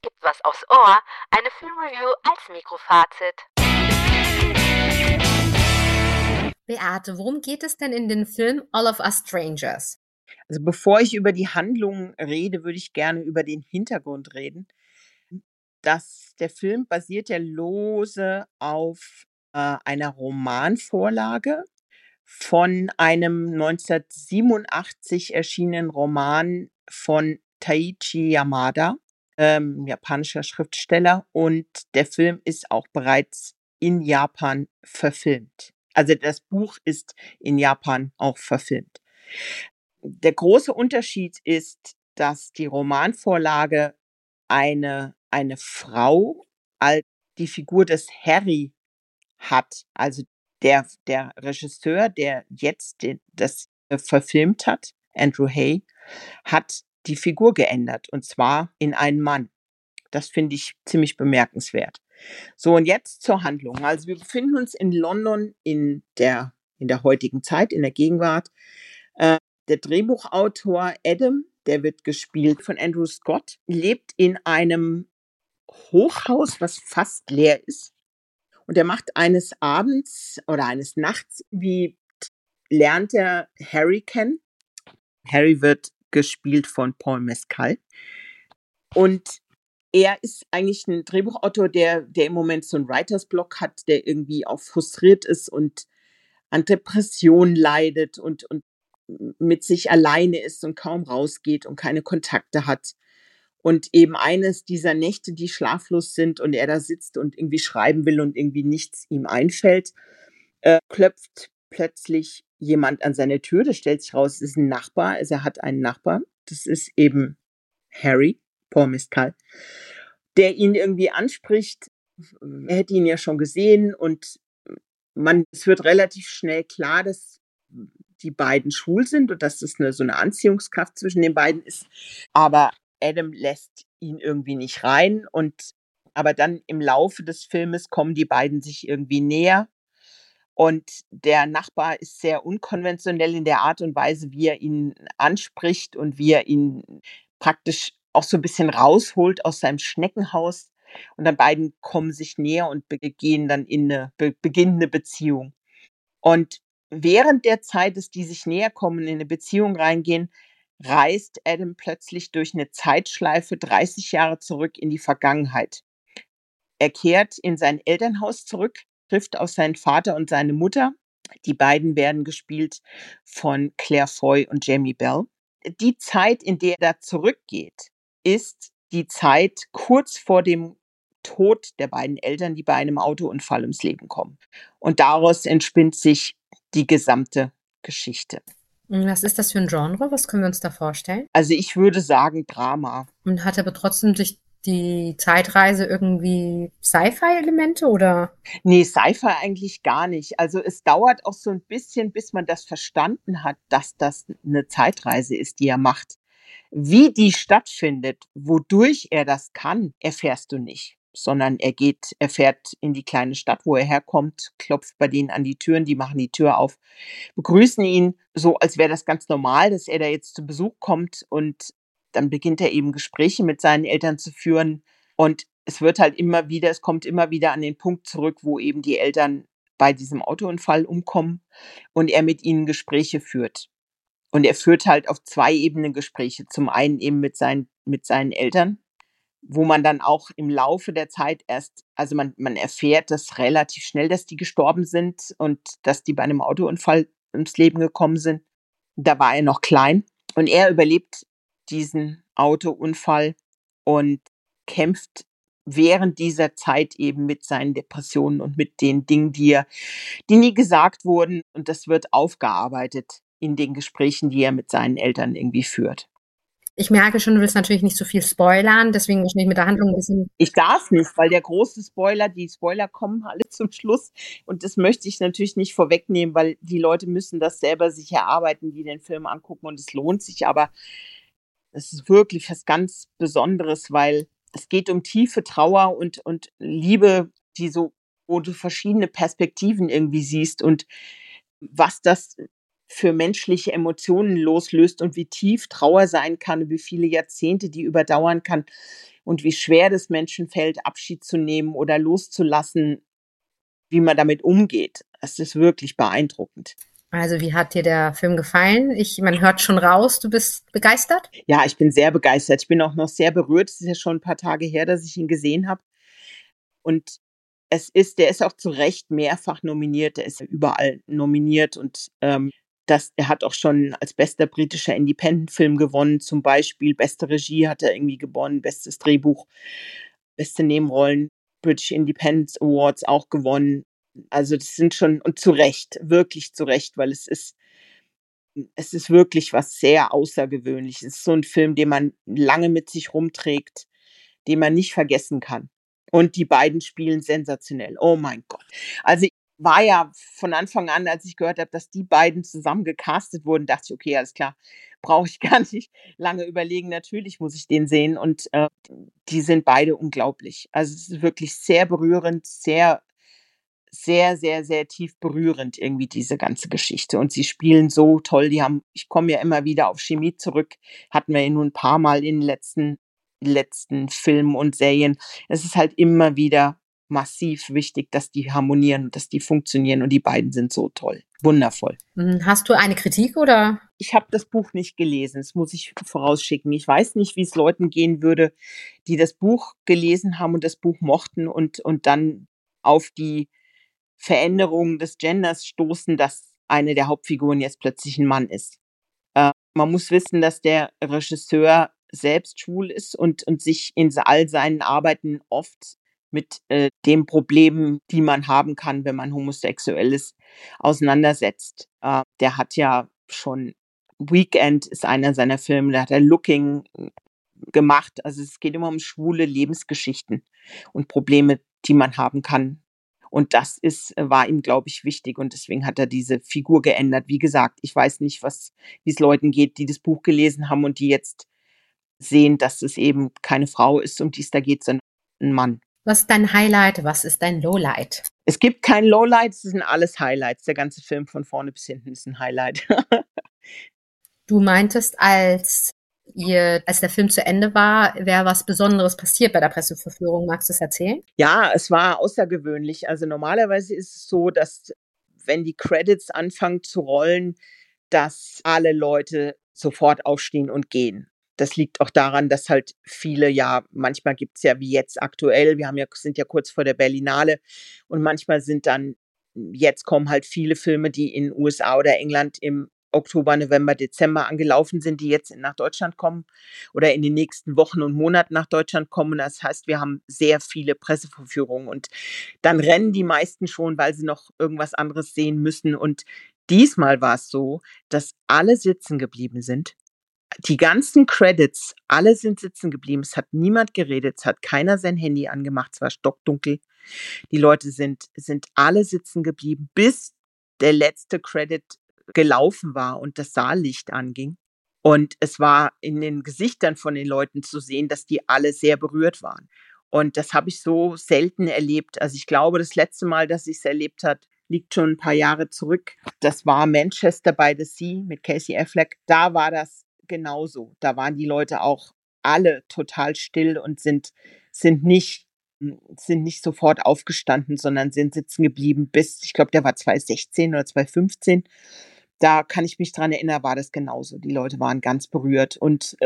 gibt was aufs Ohr, eine Filmreview als Mikrofazit. Beate, worum geht es denn in dem Film All of Us Strangers? Also bevor ich über die Handlung rede, würde ich gerne über den Hintergrund reden. Der Film basiert ja lose auf einer Romanvorlage von einem 1987 erschienenen Roman von Taichi Yamada, japanischer Schriftsteller. Und der Film ist auch bereits in Japan verfilmt. Also das Buch ist in Japan auch verfilmt. Der große Unterschied ist, dass die Romanvorlage eine Frau als die Figur des Harry hat. Also der Regisseur, der jetzt das verfilmt hat, Andrew Hay, hat die Figur geändert, und zwar in einen Mann. Das finde ich ziemlich bemerkenswert. So, und jetzt zur Handlung. Also wir befinden uns in London in der heutigen Zeit, in der Gegenwart. Der Drehbuchautor Adam, der wird gespielt von Andrew Scott, lebt in einem Hochhaus, was fast leer ist. Und er macht eines Abends oder eines Nachts, lernt er Harry kennen. Harry wird gespielt von Paul Mescal. Und er ist eigentlich ein Drehbuchautor, der im Moment so einen Writers Block hat, der irgendwie auch frustriert ist und an Depressionen leidet und mit sich alleine ist und kaum rausgeht und keine Kontakte hat. Und eben eines dieser Nächte, die schlaflos sind und er da sitzt und irgendwie schreiben will und irgendwie nichts ihm einfällt, klopft plötzlich jemand an seine Tür. Das stellt sich raus, es ist ein Nachbar. Also er hat einen Nachbar. Das ist eben Harry, Paul Mescal, der ihn irgendwie anspricht. Er hätte ihn ja schon gesehen und es wird relativ schnell klar, dass die beiden schwul sind und dass es so eine Anziehungskraft zwischen den beiden ist. Aber Adam lässt ihn irgendwie nicht rein, aber dann im Laufe des Filmes kommen die beiden sich irgendwie näher. Und der Nachbar ist sehr unkonventionell in der Art und Weise, wie er ihn anspricht und wie er ihn praktisch auch so ein bisschen rausholt aus seinem Schneckenhaus. Und dann beiden kommen sich näher und gehen dann in eine beginnende Beziehung. Und während der Zeit, dass die sich näher kommen, in eine Beziehung reingehen, reist Adam plötzlich durch eine Zeitschleife 30 Jahre zurück in die Vergangenheit. Er kehrt in sein Elternhaus zurück, trifft auf seinen Vater und seine Mutter. Die beiden werden gespielt von Claire Foy und Jamie Bell. Die Zeit, in der er da zurückgeht, ist die Zeit kurz vor dem Tod der beiden Eltern, die bei einem Autounfall ums Leben kommen. Und daraus entspinnt sich die gesamte Geschichte. Was ist das für ein Genre? Was können wir uns da vorstellen? Also ich würde sagen Drama. Und hat aber trotzdem durch die Zeitreise irgendwie Sci-Fi-Elemente oder? Nee, Sci-Fi eigentlich gar nicht. Also es dauert auch so ein bisschen, bis man das verstanden hat, dass das eine Zeitreise ist, die er macht. Wie die stattfindet, wodurch er das kann, erfährst du nicht. Sondern er fährt in die kleine Stadt, wo er herkommt, klopft bei denen an die Türen, die machen die Tür auf, begrüßen ihn so, als wäre das ganz normal, dass er da jetzt zu Besuch kommt, und dann beginnt er eben Gespräche mit seinen Eltern zu führen, und es kommt immer wieder an den Punkt zurück, wo eben die Eltern bei diesem Autounfall umkommen und er mit ihnen Gespräche führt. Und er führt halt auf 2 Ebenen Gespräche. Zum einen eben mit seinen Eltern, wo man dann auch im Laufe der Zeit also man erfährt das relativ schnell, dass die gestorben sind und dass die bei einem Autounfall ums Leben gekommen sind. Da war er noch klein und er überlebt diesen Autounfall und kämpft während dieser Zeit eben mit seinen Depressionen und mit den Dingen, die nie gesagt wurden, und das wird aufgearbeitet in den Gesprächen, die er mit seinen Eltern irgendwie führt. Ich merke schon, du willst natürlich nicht so viel spoilern, deswegen wahrscheinlich mit der Handlung ein bisschen. Ich darf nicht, weil die Spoiler kommen alle zum Schluss, und das möchte ich natürlich nicht vorwegnehmen, weil die Leute müssen das selber sich erarbeiten, die den Film angucken, und es lohnt sich, aber es ist wirklich was ganz Besonderes, weil es geht um tiefe Trauer und Liebe, wo du verschiedene Perspektiven irgendwie siehst und was das für menschliche Emotionen loslöst und wie tief Trauer sein kann und wie viele Jahrzehnte die überdauern kann und wie schwer es Menschen fällt, Abschied zu nehmen oder loszulassen, wie man damit umgeht. Das ist wirklich beeindruckend. Also, wie hat dir der Film gefallen? Man hört schon raus, du bist begeistert? Ja, ich bin sehr begeistert. Ich bin auch noch sehr berührt. Es ist ja schon ein paar Tage her, dass ich ihn gesehen habe. Und der ist auch zu Recht mehrfach nominiert. Der ist ja überall nominiert und er hat auch schon als bester britischer Independent-Film gewonnen. Zum Beispiel beste Regie hat er irgendwie gewonnen, bestes Drehbuch, beste Nebenrollen, British Independent Awards auch gewonnen. Also das sind schon, und zu Recht, wirklich zu Recht, weil es ist wirklich was sehr Außergewöhnliches. Es ist so ein Film, den man lange mit sich rumträgt, den man nicht vergessen kann. Und die beiden spielen sensationell. Oh mein Gott. Also, ich war ja von Anfang an, als ich gehört habe, dass die beiden zusammen gecastet wurden, dachte ich: „Okay, alles klar, brauche ich gar nicht lange überlegen. Natürlich muss ich den sehen." Und, die sind beide unglaublich. Also, es ist wirklich sehr berührend, sehr, sehr, sehr, sehr tief berührend irgendwie diese ganze Geschichte. Und sie spielen so toll. Ich komme ja immer wieder auf Chemie zurück, hatten wir ja nun 'n paar Mal in den letzten Filmen und Serien. Es ist halt immer wieder massiv wichtig, dass die harmonieren und dass die funktionieren und die beiden sind so toll. Wundervoll. Hast du eine Kritik oder? Ich habe das Buch nicht gelesen, das muss ich vorausschicken. Ich weiß nicht, wie es Leuten gehen würde, die das Buch gelesen haben und das Buch mochten und dann auf die Veränderung des Genders stoßen, dass eine der Hauptfiguren jetzt plötzlich ein Mann ist. Man muss wissen, dass der Regisseur selbst schwul ist und sich in all seinen Arbeiten oft mit den Problemen, die man haben kann, wenn man homosexuell ist, auseinandersetzt. Der hat ja schon Weekend ist einer seiner Filme, da hat er Looking gemacht. Also es geht immer um schwule Lebensgeschichten und Probleme, die man haben kann. Und war ihm, glaube ich, wichtig und deswegen hat er diese Figur geändert. Wie gesagt, ich weiß nicht, wie es Leuten geht, die das Buch gelesen haben und die jetzt sehen, dass es eben keine Frau ist, um die es da geht, sondern ein Mann. Was ist dein Highlight? Was ist dein Lowlight? Es gibt kein Lowlight, es sind alles Highlights. Der ganze Film von vorne bis hinten ist ein Highlight. Du meintest, als der Film zu Ende war, wäre was Besonderes passiert bei der Presseverführung. Magst du es erzählen? Ja, es war außergewöhnlich. Also normalerweise ist es so, dass wenn die Credits anfangen zu rollen, dass alle Leute sofort aufstehen und gehen. Das liegt auch daran, dass halt viele, ja, manchmal gibt's ja wie jetzt aktuell, sind ja kurz vor der Berlinale und manchmal jetzt kommen halt viele Filme, die in USA oder England im Oktober, November, Dezember angelaufen sind, die jetzt nach Deutschland kommen oder in den nächsten Wochen und Monaten nach Deutschland kommen. Das heißt, wir haben sehr viele Pressevorführungen und dann rennen die meisten schon, weil sie noch irgendwas anderes sehen müssen. Und diesmal war es so, dass alle sitzen geblieben sind. Die ganzen Credits, alle sind sitzen geblieben. Es hat niemand geredet, es hat keiner sein Handy angemacht, es war stockdunkel. Die Leute sind alle sitzen geblieben, bis der letzte Credit gelaufen war und das Saallicht anging. Und es war in den Gesichtern von den Leuten zu sehen, dass die alle sehr berührt waren. Und das habe ich so selten erlebt. Also ich glaube, das letzte Mal, dass ich es erlebt habe, liegt schon ein paar Jahre zurück. Das war Manchester by the Sea mit Casey Affleck. Da war das genauso. Da waren die Leute auch alle total still und sind nicht sofort aufgestanden, sondern sind sitzen geblieben ich glaube, der war 2016 oder 2015. Da kann ich mich dran erinnern, war das genauso. Die Leute waren ganz berührt und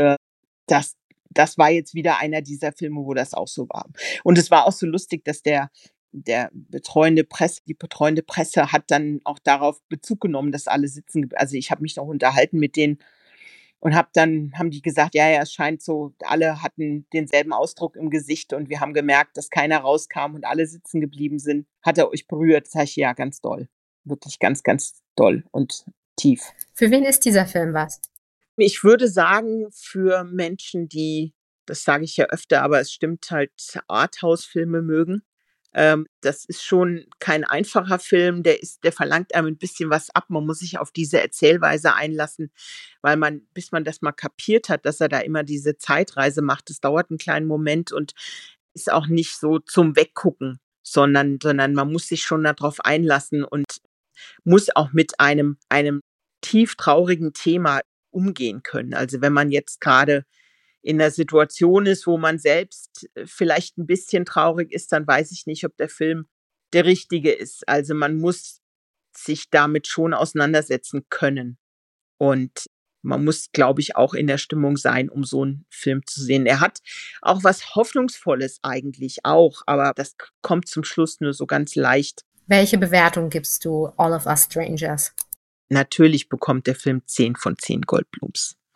das war jetzt wieder einer dieser Filme, wo das auch so war. Und es war auch so lustig, dass die betreuende Presse hat dann auch darauf Bezug genommen, dass alle also ich habe mich noch unterhalten mit denen und haben die gesagt, ja, es scheint so, alle hatten denselben Ausdruck im Gesicht und wir haben gemerkt, dass keiner rauskam und alle sitzen geblieben sind. Hat er euch berührt? Sag ich, ja, ganz doll. Wirklich ganz, ganz doll und tief. Für wen ist dieser Film was? Ich würde sagen, für Menschen, die, das sage ich ja öfter, aber es stimmt halt, Arthouse-Filme mögen. Das ist schon kein einfacher Film, der verlangt einem ein bisschen was ab. Man muss sich auf diese Erzählweise einlassen, weil bis man das mal kapiert hat, dass er da immer diese Zeitreise macht, das dauert einen kleinen Moment und ist auch nicht so zum Weggucken, sondern man muss sich schon darauf einlassen und muss auch mit einem tief traurigen Thema umgehen können. Also wenn man jetzt gerade in einer Situation ist, wo man selbst vielleicht ein bisschen traurig ist, dann weiß ich nicht, ob der Film der richtige ist. Also man muss sich damit schon auseinandersetzen können. Und man muss, glaube ich, auch in der Stimmung sein, um so einen Film zu sehen. Er hat auch was Hoffnungsvolles eigentlich auch, aber das kommt zum Schluss nur so ganz leicht. Welche Bewertung gibst du All of Us Strangers? Natürlich bekommt der Film 10 von 10 Goldblums.